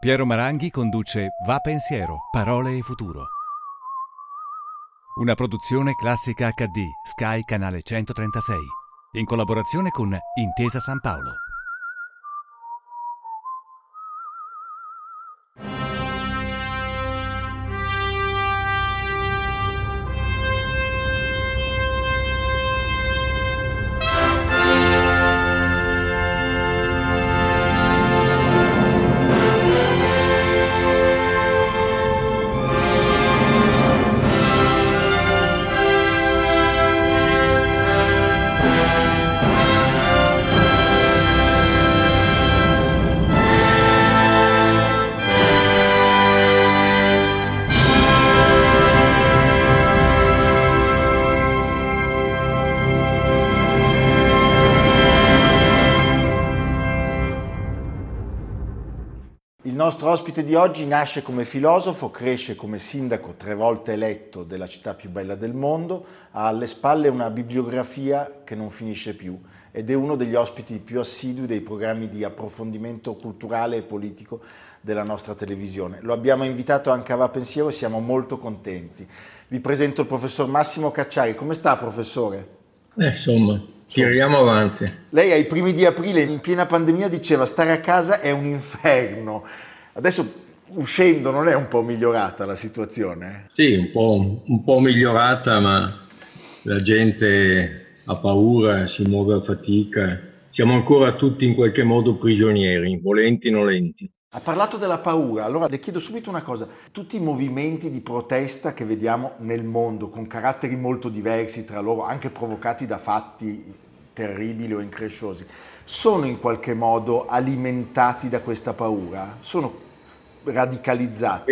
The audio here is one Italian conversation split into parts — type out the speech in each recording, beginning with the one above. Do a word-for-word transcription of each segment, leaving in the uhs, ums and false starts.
Piero Maranghi conduce Va Pensiero, parole e futuro. Una produzione Classica acca di, Sky canale centotrentasei, in collaborazione con Intesa San Paolo. Il nostro ospite di oggi nasce come filosofo, cresce come sindaco tre volte eletto della città più bella del mondo, ha alle spalle una bibliografia che non finisce più ed è uno degli ospiti più assidui dei programmi di approfondimento culturale e politico della nostra televisione. Lo abbiamo invitato anche a Va Pensiero e siamo molto contenti. Vi presento il professor Massimo Cacciari. Come sta, professore? Eh, insomma, tiriamo avanti. Lei ai primi di aprile, in piena pandemia, diceva stare a casa è un inferno. Adesso uscendo non è un po' migliorata la situazione? Sì, un po', un po' migliorata, ma la gente ha paura, si muove a fatica. Siamo ancora tutti in qualche modo prigionieri, volenti o nolenti. Ha parlato della paura, allora le chiedo subito una cosa. Tutti i movimenti di protesta che vediamo nel mondo, con caratteri molto diversi tra loro, anche provocati da fatti terribili o incresciosi, sono in qualche modo alimentati da questa paura? Sono radicalizzati?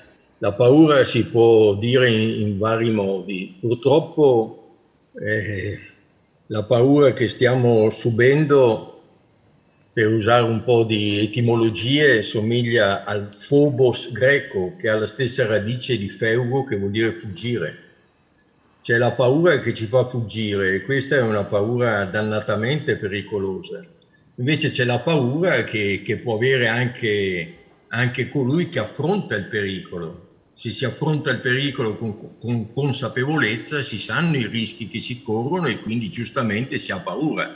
La paura si può dire in, in vari modi. Purtroppo eh, la paura che stiamo subendo, per usare un po' di etimologie, somiglia al phobos greco, che ha la stessa radice di feugo, che vuol dire fuggire. C'è la paura che ci fa fuggire e questa è una paura dannatamente pericolosa. Invece c'è la paura che, che può avere anche, anche colui che affronta il pericolo. Se si affronta il pericolo con, con consapevolezza, si sanno i rischi che si corrono e quindi giustamente si ha paura.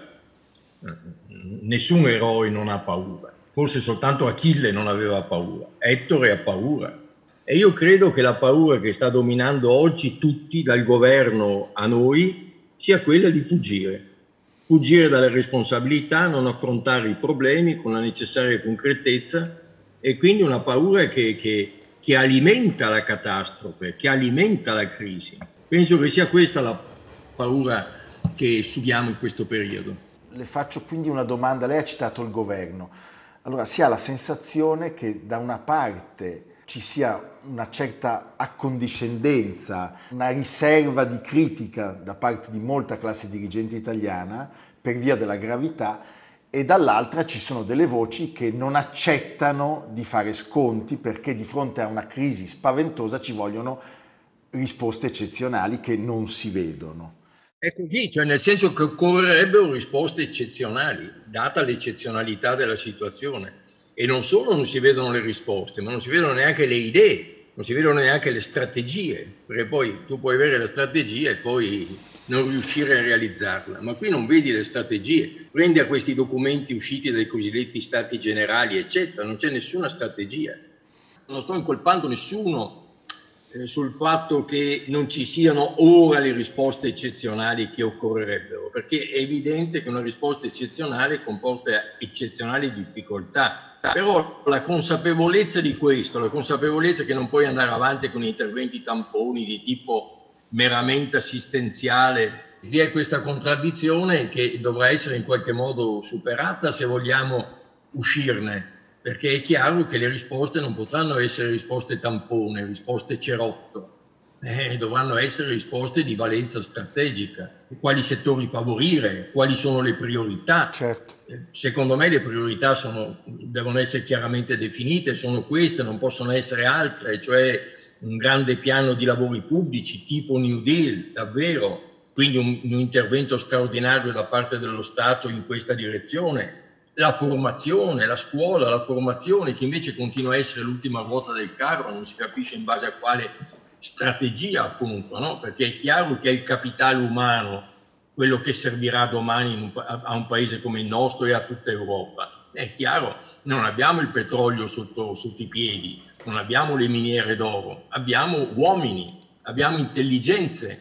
Nessun eroe non ha paura, forse soltanto Achille non aveva paura, Ettore ha paura. E io credo che la paura che sta dominando oggi tutti, dal governo a noi, sia quella di fuggire. Fuggire dalle responsabilità, non affrontare i problemi con la necessaria concretezza e quindi una paura che, che, che alimenta la catastrofe, che alimenta la crisi. Penso che sia questa la paura che subiamo in questo periodo. Le faccio quindi una domanda, lei ha citato il governo, allora si ha la sensazione che da una parte ci sia una certa accondiscendenza, una riserva di critica da parte di molta classe dirigente italiana per via della gravità e dall'altra ci sono delle voci che non accettano di fare sconti perché di fronte a una crisi spaventosa ci vogliono risposte eccezionali che non si vedono. È così, cioè nel senso che occorrerebbero risposte eccezionali, data l'eccezionalità della situazione. E non solo non si vedono le risposte, ma non si vedono neanche le idee, non si vedono neanche le strategie, perché poi tu puoi avere la strategia e poi non riuscire a realizzarla. Ma qui non vedi le strategie. Prendi a questi documenti usciti dai cosiddetti stati generali, eccetera, non c'è nessuna strategia. Non sto incolpando nessuno sul fatto che non ci siano ora le risposte eccezionali che occorrerebbero, perché è evidente che una risposta eccezionale comporta eccezionali difficoltà, però la consapevolezza di questo, la consapevolezza che non puoi andare avanti con interventi tamponi di tipo meramente assistenziale, vi è questa contraddizione che dovrà essere in qualche modo superata se vogliamo uscirne. Perché è chiaro che le risposte non potranno essere risposte tampone, risposte cerotto, eh, dovranno essere risposte di valenza strategica. Quali settori favorire, quali sono le priorità. Certo. Secondo me le priorità sono, devono essere chiaramente definite, sono queste, non possono essere altre, cioè un grande piano di lavori pubblici tipo New Deal, davvero, quindi un, un intervento straordinario da parte dello Stato in questa direzione. la formazione, la scuola, la formazione, che invece continua a essere l'ultima ruota del carro, non si capisce in base a quale strategia, appunto, no? Perché è chiaro che è il capitale umano quello che servirà domani in un, a un paese come il nostro e a tutta Europa. È chiaro, non abbiamo il petrolio sotto, sotto i piedi, non abbiamo le miniere d'oro, abbiamo uomini, abbiamo intelligenze,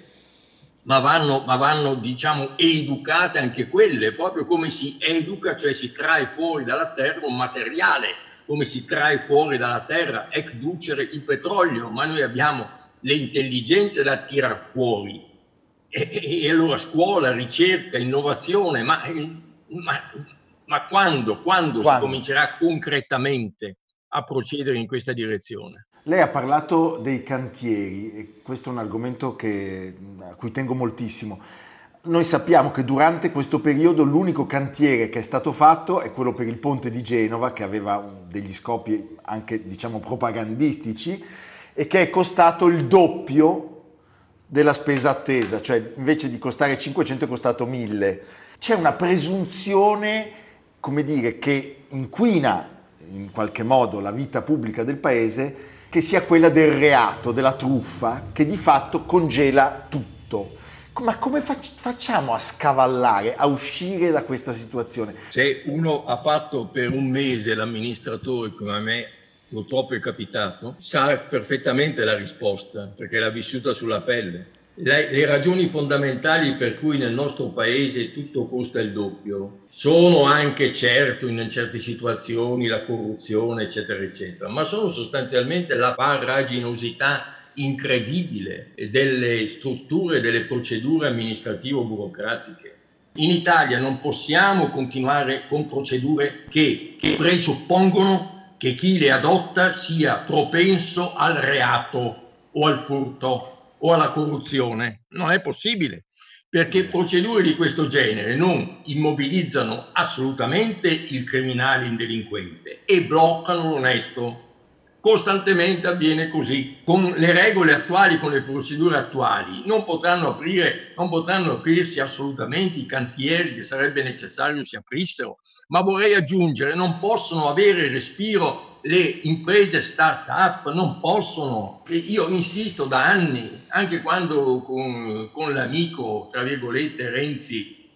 ma vanno, ma vanno diciamo, educate anche quelle, proprio come si educa, cioè si trae fuori dalla terra un materiale, come si trae fuori dalla terra, ex ducere, il petrolio, ma noi abbiamo le intelligenze da tirar fuori. E, e, e allora scuola, ricerca, innovazione, ma, ma, ma quando, quando, quando si comincerà concretamente a procedere in questa direzione? Lei ha parlato dei cantieri e questo è un argomento che, a cui tengo moltissimo. Noi sappiamo che durante questo periodo l'unico cantiere che è stato fatto è quello per il ponte di Genova, che aveva degli scopi anche diciamo propagandistici e che è costato il doppio della spesa attesa, cioè invece di costare cinquecento è costato mille. C'è una presunzione, come dire, che inquina in qualche modo la vita pubblica del paese, che sia quella del reato, della truffa, che di fatto congela tutto. Ma come facciamo a scavallare, a uscire da questa situazione? Se uno ha fatto per un mese l'amministratore, come a me purtroppo è capitato, sa perfettamente la risposta, perché l'ha vissuta sulla pelle. Le, le ragioni fondamentali per cui nel nostro paese tutto costa il doppio sono anche, certo, in certe situazioni la corruzione, eccetera, eccetera, ma sono sostanzialmente la farraginosità incredibile delle strutture, delle procedure amministrativo-burocratiche. In Italia non possiamo continuare con procedure che, che presuppongono che chi le adotta sia propenso al reato o al furto o alla corruzione. Non è possibile, perché procedure di questo genere non immobilizzano assolutamente il criminale, il delinquente, e bloccano l'onesto. Costantemente avviene così. Con le regole attuali, con le procedure attuali, non potranno aprire, non potranno aprirsi assolutamente i cantieri che sarebbe necessario si aprissero, ma vorrei aggiungere, non possono avere respiro le imprese start-up, non possono. E io insisto da anni, anche quando con, con l'amico, tra virgolette, Renzi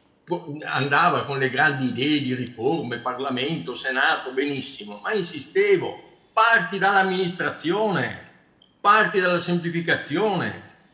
andava con le grandi idee di riforme, Parlamento, Senato, benissimo, ma insistevo. Parti dall'amministrazione, parti dalla semplificazione,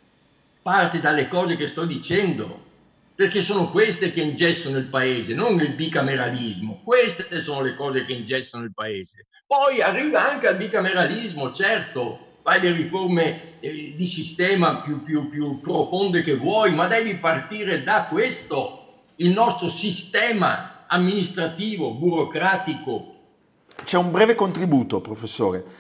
parti dalle cose che sto dicendo, perché sono queste che ingessano il paese, non il bicameralismo. Queste sono le cose che ingessano il paese. Poi arriva anche al bicameralismo, certo, fai le riforme eh, di sistema più, più, più profonde che vuoi, ma devi partire da questo, il nostro sistema amministrativo, burocratico. C'è un breve contributo, professore.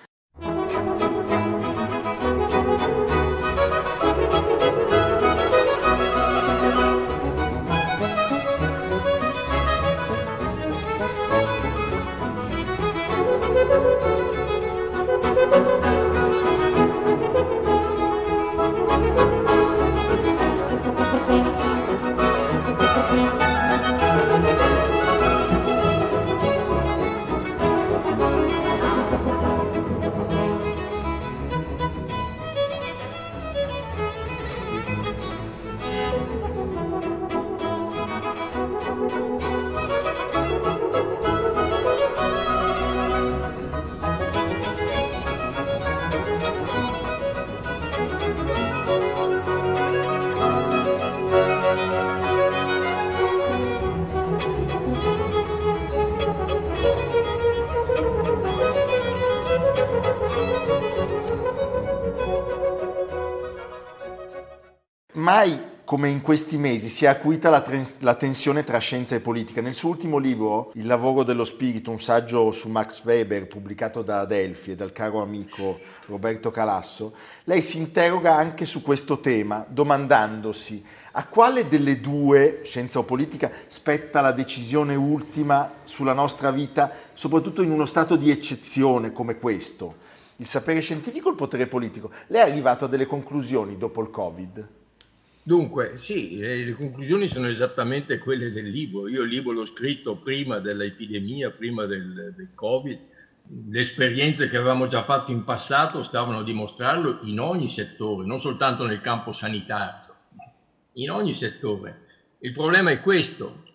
Mai come in questi mesi si è acuita la, trens- la tensione tra scienza e politica. Nel suo ultimo libro, Il lavoro dello spirito, un saggio su Max Weber pubblicato da Adelphi e dal caro amico Roberto Calasso, lei si interroga anche su questo tema, domandandosi a quale delle due, scienza o politica, spetta la decisione ultima sulla nostra vita, soprattutto in uno stato di eccezione come questo. Il sapere scientifico o il potere politico? Lei è arrivato a delle conclusioni dopo il Covid? Dunque, sì, le, le conclusioni sono esattamente quelle del libro. Io il libro l'ho scritto prima dell'epidemia, prima del, del Covid. Le esperienze che avevamo già fatto in passato stavano a dimostrarlo in ogni settore, non soltanto nel campo sanitario, in ogni settore. Il problema è questo,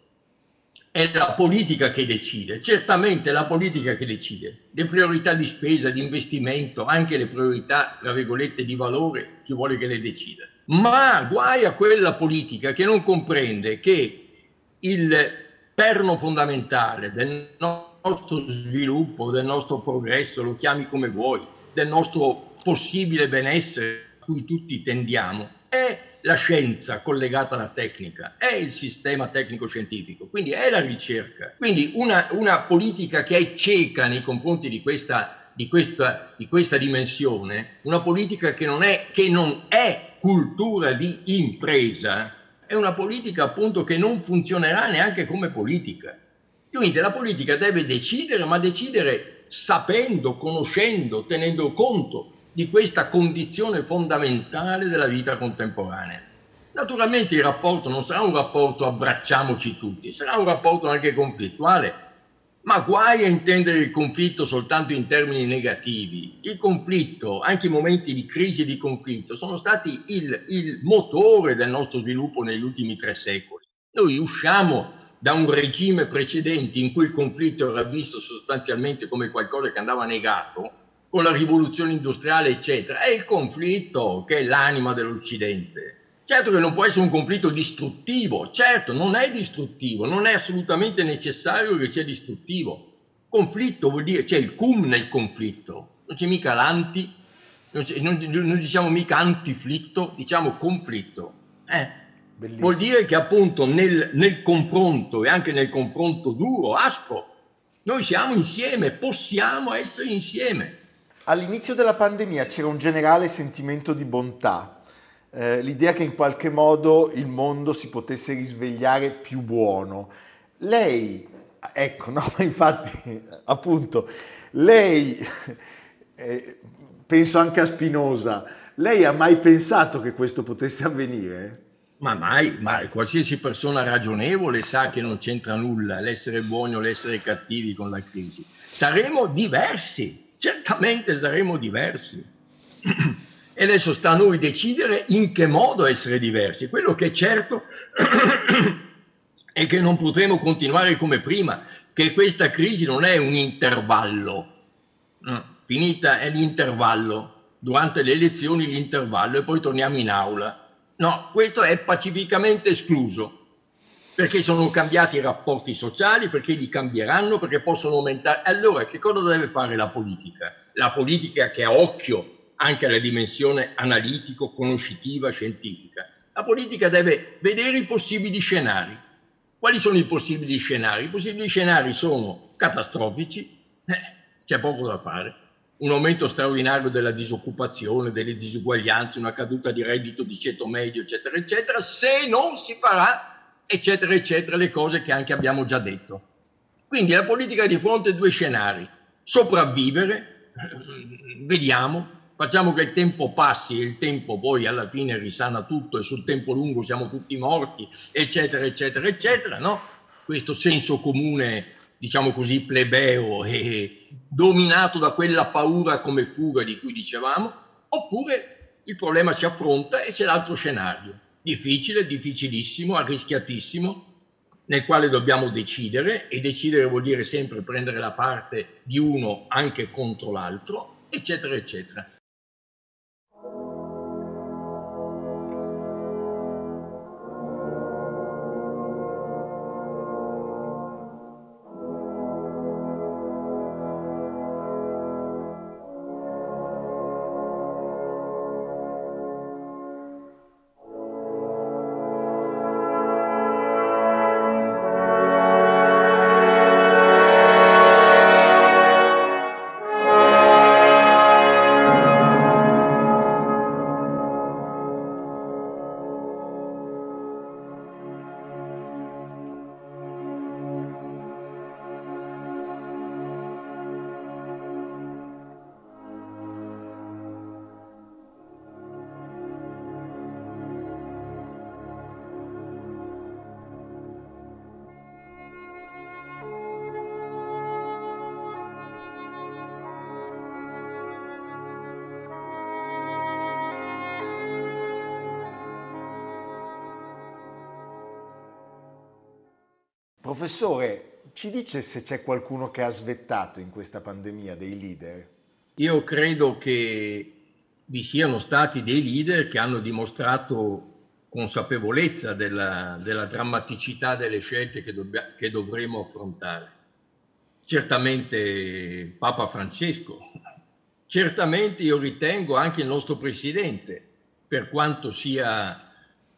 è la politica che decide, certamente è la politica che decide, le priorità di spesa, di investimento, anche le priorità, tra virgolette, di valore, chi vuole che le decida. Ma guai a quella politica che non comprende che il perno fondamentale del nostro sviluppo, del nostro progresso, lo chiami come vuoi, del nostro possibile benessere a cui tutti tendiamo, è la scienza collegata alla tecnica, è il sistema tecnico-scientifico, quindi è la ricerca. Quindi una, una politica che è cieca nei confronti di questa, di, questa, di questa dimensione, una politica che non è, che non è cultura di impresa, è una politica appunto che non funzionerà neanche come politica. Quindi la politica deve decidere, ma decidere sapendo, conoscendo, tenendo conto di questa condizione fondamentale della vita contemporanea. Naturalmente il rapporto non sarà un rapporto abbracciamoci tutti, sarà un rapporto anche conflittuale, ma guai a intendere il conflitto soltanto in termini negativi. Il conflitto, anche i momenti di crisi e di conflitto, sono stati il, il motore del nostro sviluppo negli ultimi tre secoli. Noi usciamo da un regime precedente in cui il conflitto era visto sostanzialmente come qualcosa che andava negato, con la rivoluzione industriale, eccetera. È il conflitto che è l'anima dell'Occidente. Certo che non può essere un conflitto distruttivo, certo, non è distruttivo, non è assolutamente necessario che sia distruttivo. Conflitto vuol dire, c'è il cum nel conflitto, non c'è mica l'anti, non, non, non diciamo mica antiflitto, diciamo conflitto. Eh. Vuol dire che appunto nel, nel confronto e anche nel confronto duro, aspro, noi siamo insieme, possiamo essere insieme. All'inizio della pandemia c'era un generale sentimento di bontà, eh, l'idea che in qualche modo il mondo si potesse risvegliare più buono. Lei, ecco, no, infatti, appunto, lei, eh, penso anche a Spinoza, lei ha mai pensato che questo potesse avvenire? Ma mai, ma qualsiasi persona ragionevole sa che non c'entra nulla l'essere buoni o l'essere cattivi con la crisi. Saremo diversi. Certamente saremo diversi e adesso sta a noi decidere in che modo essere diversi. Quello che è certo è che non potremo continuare come prima, che questa crisi non è un intervallo, no, finita è l'intervallo, durante le elezioni l'intervallo e poi torniamo in aula. No, questo è pacificamente escluso. Perché sono cambiati i rapporti sociali, perché li cambieranno, perché possono aumentare. Allora, che cosa deve fare la politica? La politica che ha occhio anche alla dimensione analitico, conoscitiva, scientifica. La politica deve vedere i possibili scenari. Quali sono i possibili scenari? I possibili scenari sono catastrofici, eh, c'è poco da fare. Un aumento straordinario della disoccupazione, delle disuguaglianze, una caduta di reddito di ceto medio, eccetera, eccetera, se non si farà eccetera, eccetera, le cose che anche abbiamo già detto. Quindi la politica è di fronte a due scenari. Sopravvivere, vediamo, facciamo che il tempo passi e il tempo poi alla fine risana tutto e sul tempo lungo siamo tutti morti, eccetera, eccetera, eccetera, no? Questo senso comune, diciamo così, plebeo e dominato da quella paura come fuga di cui dicevamo, oppure il problema si affronta e c'è l'altro scenario. Difficile, difficilissimo, arrischiatissimo, nel quale dobbiamo decidere, e decidere vuol dire sempre prendere la parte di uno anche contro l'altro, eccetera, eccetera. Professore, ci dice se c'è qualcuno che ha svettato in questa pandemia, dei leader? Io credo che vi siano stati dei leader che hanno dimostrato consapevolezza della, della drammaticità delle scelte che, dobbia, che dovremo affrontare. Certamente Papa Francesco, certamente io ritengo anche il nostro Presidente, per quanto sia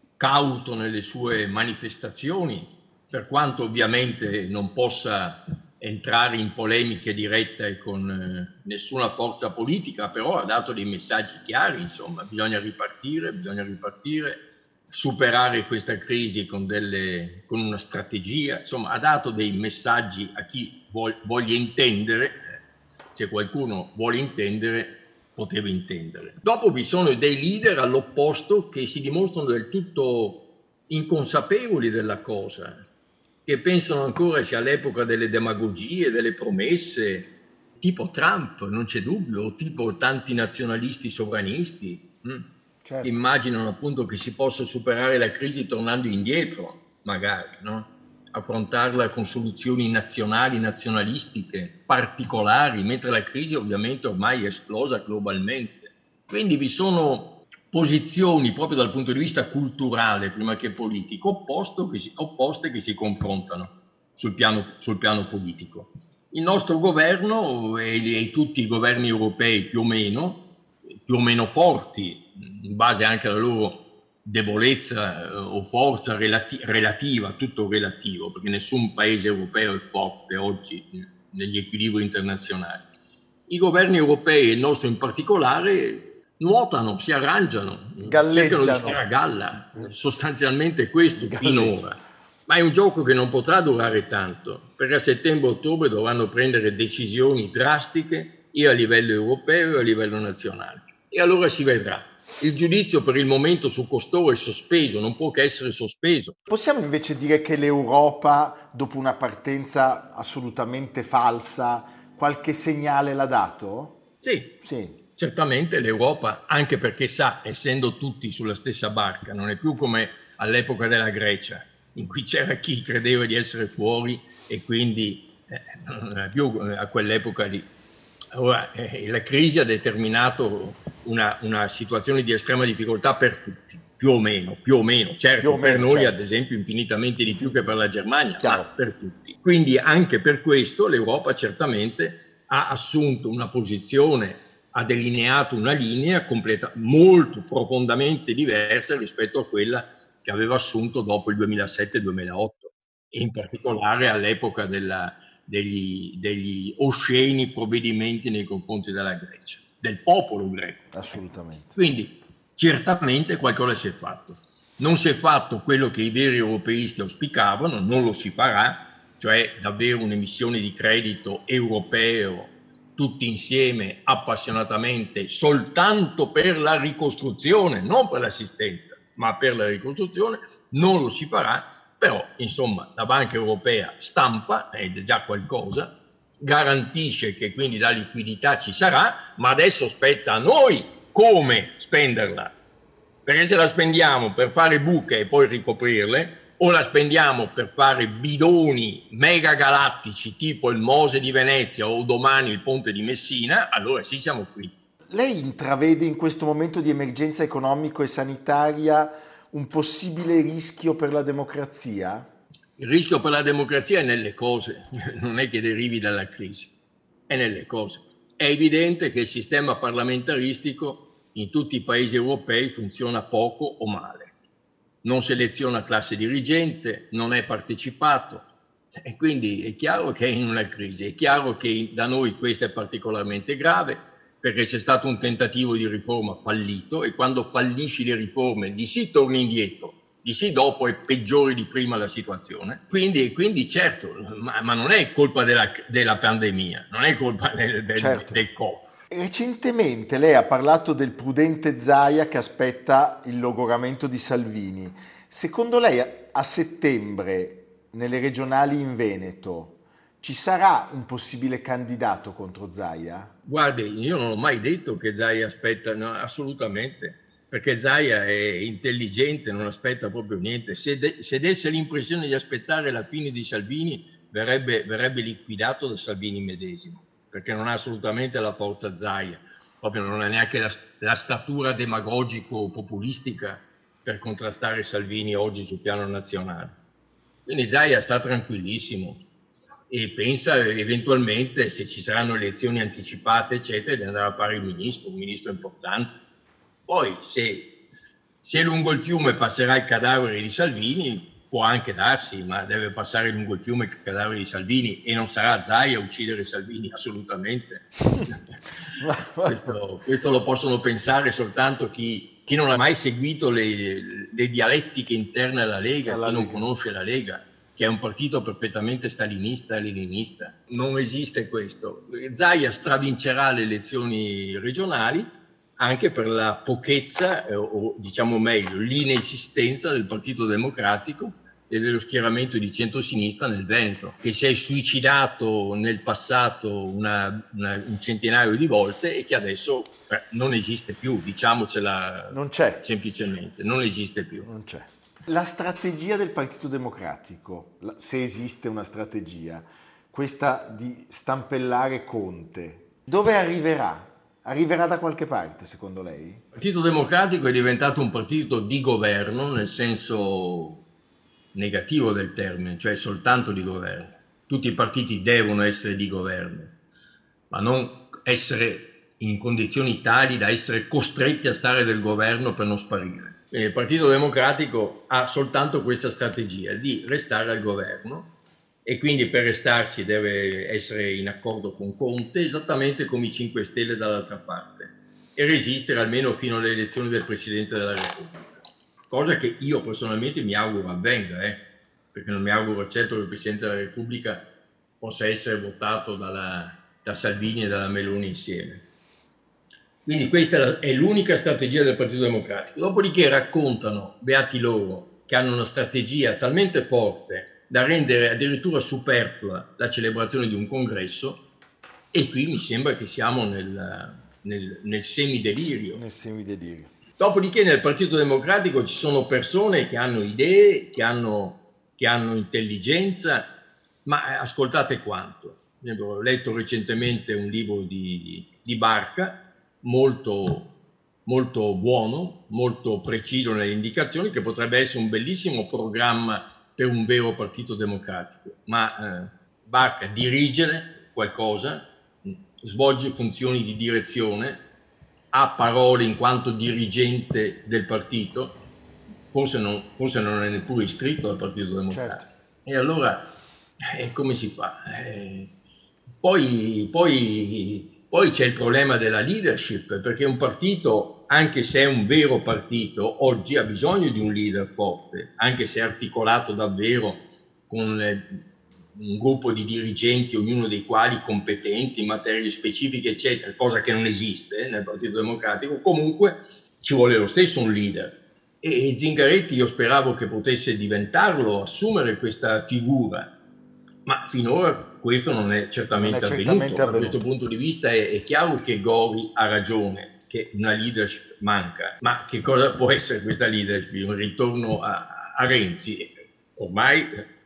cauto nelle sue manifestazioni, per quanto ovviamente non possa entrare in polemiche dirette con eh, nessuna forza politica, però ha dato dei messaggi chiari, insomma, bisogna ripartire, bisogna ripartire, superare questa crisi con, delle, con una strategia, insomma ha dato dei messaggi a chi vuol, voglia intendere, se qualcuno vuole intendere poteva intendere. Dopo vi sono dei leader all'opposto che si dimostrano del tutto inconsapevoli della cosa, che pensano ancora sia all'epoca delle demagogie, delle promesse, tipo Trump, non c'è dubbio, o tipo tanti nazionalisti sovranisti, hm? Certo. Immaginano appunto che si possa superare la crisi tornando indietro, magari, no? Affrontarla con soluzioni nazionali, nazionalistiche, particolari, mentre la crisi ovviamente ormai è esplosa globalmente. Quindi vi sono posizioni proprio dal punto di vista culturale, prima che politico, opposto che si, opposte che si confrontano sul piano, sul piano politico. Il nostro governo e, e tutti i governi europei più o meno, più o meno forti, in base anche alla loro debolezza eh, o forza relati- relativa, tutto relativo, perché nessun paese europeo è forte oggi eh, negli equilibri internazionali. I governi europei, e il nostro in particolare, nuotano, si arrangiano, cercano di stare a galla, sostanzialmente questo finora. Ma è un gioco che non potrà durare tanto, perché a settembre-ottobre dovranno prendere decisioni drastiche e a livello europeo e a livello nazionale. E allora si vedrà. Il giudizio per il momento su costoro è sospeso, non può che essere sospeso. Possiamo invece dire che l'Europa, dopo una partenza assolutamente falsa, qualche segnale l'ha dato? Sì, sì. Certamente l'Europa, anche perché sa, essendo tutti sulla stessa barca, non è più come all'epoca della Grecia, in cui c'era chi credeva di essere fuori e quindi eh, non era più a quell'epoca lì. Ora, eh, la crisi ha determinato una, una situazione di estrema difficoltà per tutti, più o meno, più o meno, certo, o per meno, noi certo. Ad esempio infinitamente di più che per la Germania, Chiaro. Ma per tutti. Quindi anche per questo l'Europa certamente ha assunto una posizione, ha delineato una linea completa, molto profondamente diversa rispetto a quella che aveva assunto dopo il duemilasette duemilaotto e in particolare all'epoca della Degli, degli osceni provvedimenti nei confronti della Grecia, del popolo greco. Assolutamente. Quindi certamente qualcosa si è fatto. Non si è fatto quello che i veri europeisti auspicavano, non lo si farà, cioè davvero un'emissione di credito europeo tutti insieme appassionatamente soltanto per la ricostruzione, non per l'assistenza, ma per la ricostruzione, non lo si farà. Però, insomma, la Banca Europea stampa, ed è già qualcosa, garantisce che quindi la liquidità ci sarà, ma adesso spetta a noi come spenderla. Perché se la spendiamo per fare buche e poi ricoprirle, o la spendiamo per fare bidoni megagalattici tipo il Mose di Venezia o domani il Ponte di Messina, allora sì siamo fritti. Lei intravede in questo momento di emergenza economico e sanitaria un possibile rischio per la democrazia? Il rischio per la democrazia è nelle cose, non è che derivi dalla crisi, è nelle cose. È evidente che il sistema parlamentaristico in tutti i paesi europei funziona poco o male. Non seleziona classe dirigente, non è partecipato e quindi è chiaro che è in una crisi. È chiaro che da noi questo è particolarmente grave, perché c'è stato un tentativo di riforma fallito e quando fallisci le riforme di sì torni indietro, di sì dopo è peggiore di prima la situazione. Quindi, quindi certo, ma, ma non è colpa della, della pandemia, non è colpa del, del, certo. del Covid. Recentemente lei ha parlato del prudente Zaia che aspetta il logoramento di Salvini. Secondo lei a settembre nelle regionali in Veneto ci sarà un possibile candidato contro Zaia? Guardi, io non ho mai detto che Zaia aspetta, no, assolutamente. perché Zaia è intelligente, non aspetta proprio niente. Se, de- se desse l'impressione di aspettare la fine di Salvini, verrebbe, verrebbe liquidato da Salvini medesimo, perché non ha assolutamente la forza Zaia, proprio non ha neanche la, la statura demagogico-populistica per contrastare Salvini oggi sul piano nazionale. Quindi Zaia sta tranquillissimo e pensa eventualmente, se ci saranno elezioni anticipate, eccetera, di andare a fare il ministro, un ministro importante. Poi, se, se lungo il fiume passerà il cadavere di Salvini, può anche darsi, ma deve passare lungo il fiume il cadavere di Salvini e non sarà Zaia a uccidere Salvini, assolutamente. questo, questo lo possono pensare soltanto chi, chi non ha mai seguito le, le dialettiche interne alla Lega, alla chi Lega. Non conosce la Lega, che è un partito perfettamente stalinista e leninista. Non esiste questo. Zaia stravincerà le elezioni regionali anche per la pochezza, eh, o diciamo meglio, l'inesistenza del Partito Democratico e dello schieramento di centrosinistra nel Veneto, che si è suicidato nel passato una, una, un centinaio di volte e che adesso eh, non esiste più, diciamocela non c'è. semplicemente, non esiste più. Non c'è. La strategia del Partito Democratico, se esiste una strategia, questa di stampellare Conte, dove arriverà? Arriverà da qualche parte, secondo lei? Il Partito Democratico è diventato un partito di governo nel senso negativo del termine, cioè soltanto di governo. Tutti i partiti devono essere di governo, ma non essere in condizioni tali da essere costretti a stare del governo per non sparire. Il Partito Democratico ha soltanto questa strategia di restare al governo e quindi per restarci deve essere in accordo con Conte, esattamente come i cinque Stelle dall'altra parte, e resistere almeno fino alle elezioni del Presidente della Repubblica. Cosa che io personalmente mi auguro avvenga, eh? perché non mi auguro certo che il Presidente della Repubblica possa essere votato dalla, da Salvini e dalla Meloni insieme. Quindi questa è l'unica strategia del Partito Democratico. Dopodiché raccontano, beati loro, che hanno una strategia talmente forte da rendere addirittura superflua la celebrazione di un congresso, e qui mi sembra che siamo nel, nel, nel semidelirio. Nel semidelirio. Dopodiché nel Partito Democratico ci sono persone che hanno idee, che hanno, che hanno intelligenza, ma ascoltate quanto. Io ho letto recentemente un libro di, di Barca, molto, molto buono, molto preciso nelle indicazioni, che potrebbe essere un bellissimo programma per un vero partito democratico, ma eh, Barca dirige qualcosa, svolge funzioni di direzione, ha parole in quanto dirigente del partito, forse non, forse non è neppure iscritto al Partito Democratico. Certo. E allora eh, come si fa? Eh, poi, poi, poi c'è il problema della leadership, perché un partito, anche se è un vero partito, oggi ha bisogno di un leader forte, anche se è articolato davvero con eh, un gruppo di dirigenti, ognuno dei quali competenti in materie specifiche, eccetera, cosa che non esiste nel Partito Democratico. Comunque ci vuole lo stesso un leader. E Zingaretti io speravo che potesse diventarlo, assumere questa figura, ma finora questo non è certamente, non è avvenuto. certamente avvenuto. Da questo punto di vista è, è chiaro che Gori ha ragione, che una leadership manca, ma che cosa può essere questa leadership? Un ritorno a, a Renzi? Ormai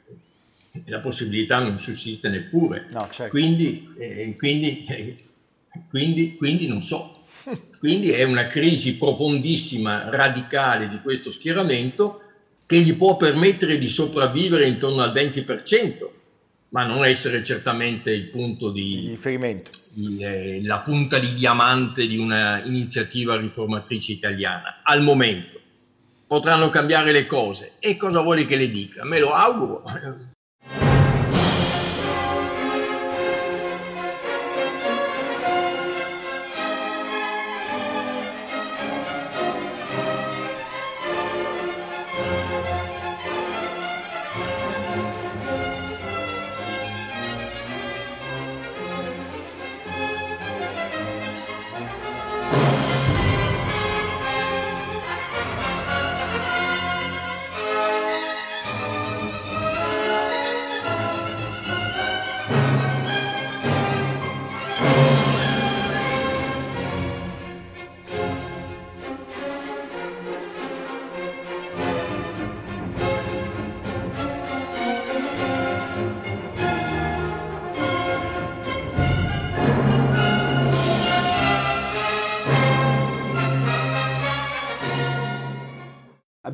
la possibilità non sussiste neppure, no, certo. quindi, eh, quindi, eh, quindi, quindi non so. Quindi è una crisi profondissima, radicale di questo schieramento, che gli può permettere di sopravvivere intorno al venti per cento, ma non essere certamente il punto di riferimento, eh, la punta di diamante di una iniziativa riformatrice italiana al momento. Potranno cambiare le cose, e cosa vuole che le dica? Me lo auguro.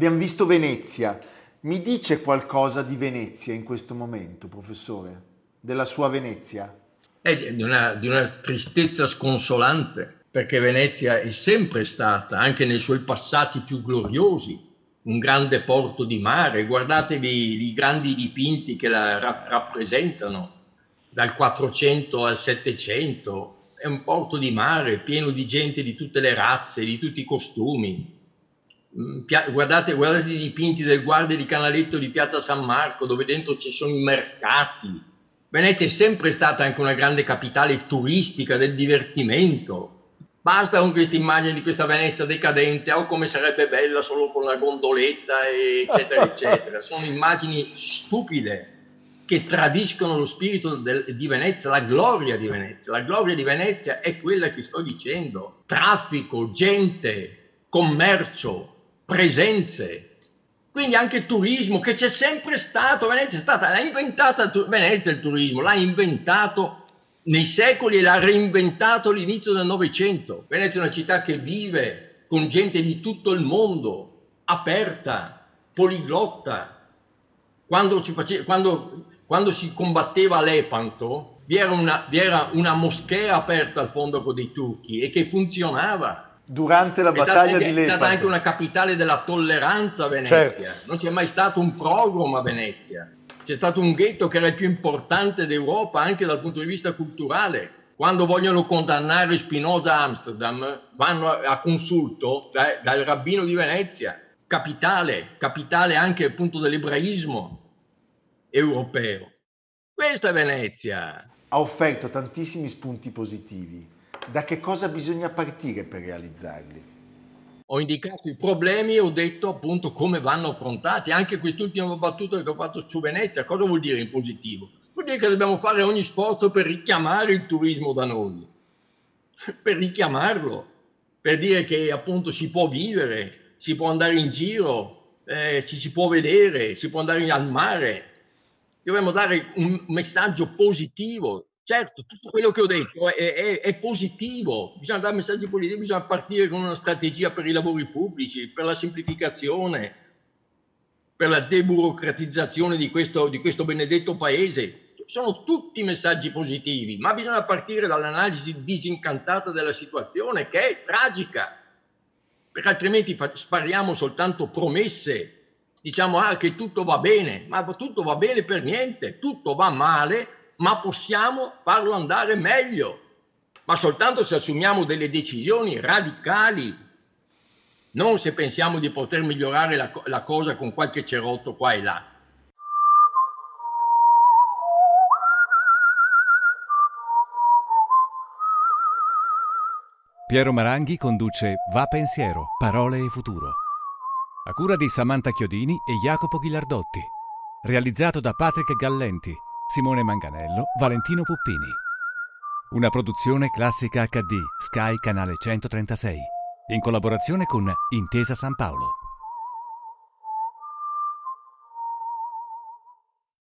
Abbiamo visto Venezia. Mi dice qualcosa di Venezia in questo momento, professore? Della sua Venezia? È di una, di una tristezza sconsolante, perché Venezia è sempre stata, anche nei suoi passati più gloriosi, un grande porto di mare. Guardatevi i grandi dipinti che la ra- rappresentano, dal quattrocento al settecento. È un porto di mare pieno di gente di tutte le razze, di tutti i costumi. Pia- guardate, guardate i dipinti del guardia di canaletto di Piazza San Marco, dove dentro ci sono i mercati. Venezia è sempre stata anche una grande capitale turistica del divertimento. Basta con questa immagine di questa Venezia decadente, o oh, come sarebbe bella solo con la gondoletta, eccetera, eccetera. Sono immagini stupide che tradiscono lo spirito del, di Venezia, la gloria di Venezia. La gloria di Venezia è quella che sto dicendo: traffico, gente, commercio, presenze. Quindi anche turismo, che c'è sempre stato. Venezia è stata, l'ha inventata Venezia il turismo, l'ha inventato nei secoli e l'ha reinventato all'inizio del Novecento. Venezia è una città che vive con gente di tutto il mondo, aperta, poliglotta. Quando, ci face, quando, quando si combatteva a Lepanto, vi era, una, vi era una moschea aperta al fondo con dei turchi e che funzionava. Durante la battaglia di Lepanto. È stata anche una capitale della tolleranza, Venezia. Certo. Non c'è mai stato un progromo a Venezia. C'è stato un ghetto che era il più importante d'Europa anche dal punto di vista culturale. Quando vogliono condannare Spinoza a Amsterdam, vanno a consulto da, dal rabbino di Venezia, capitale, capitale anche appunto dell'ebraismo europeo. Questa è Venezia. Ha offerto tantissimi spunti positivi. Da che cosa bisogna partire per realizzarli? Ho indicato i problemi e ho detto appunto come vanno affrontati. Anche quest'ultima battuta che ho fatto su Venezia, cosa vuol dire in positivo? Vuol dire che dobbiamo fare ogni sforzo per richiamare il turismo da noi, per richiamarlo, per dire che appunto si può vivere, si può andare in giro, eh, ci si può vedere, si può andare al mare. Dobbiamo dare un messaggio positivo. Certo, tutto quello che ho detto è, è, è positivo, bisogna dare messaggi positivi, bisogna partire con una strategia per i lavori pubblici, per la semplificazione, per la deburocratizzazione di questo, di questo benedetto paese. Sono tutti messaggi positivi, ma bisogna partire dall'analisi disincantata della situazione, che è tragica, perché altrimenti fa, spariamo soltanto promesse, diciamo ah, che tutto va bene, ma tutto va bene per niente, tutto va male, ma possiamo farlo andare meglio, ma soltanto se assumiamo delle decisioni radicali, non se pensiamo di poter migliorare la, la cosa con qualche cerotto qua e là. Piero Maranghi conduce Va Pensiero, Parole e Futuro, a cura di Samantha Chiodini e Jacopo Ghilardotti, realizzato da Patrick Gallenti, Simone Manganello, Valentino Puppini. Una produzione Classica acca di, Sky Canale centotrentasei, in collaborazione con Intesa San Paolo.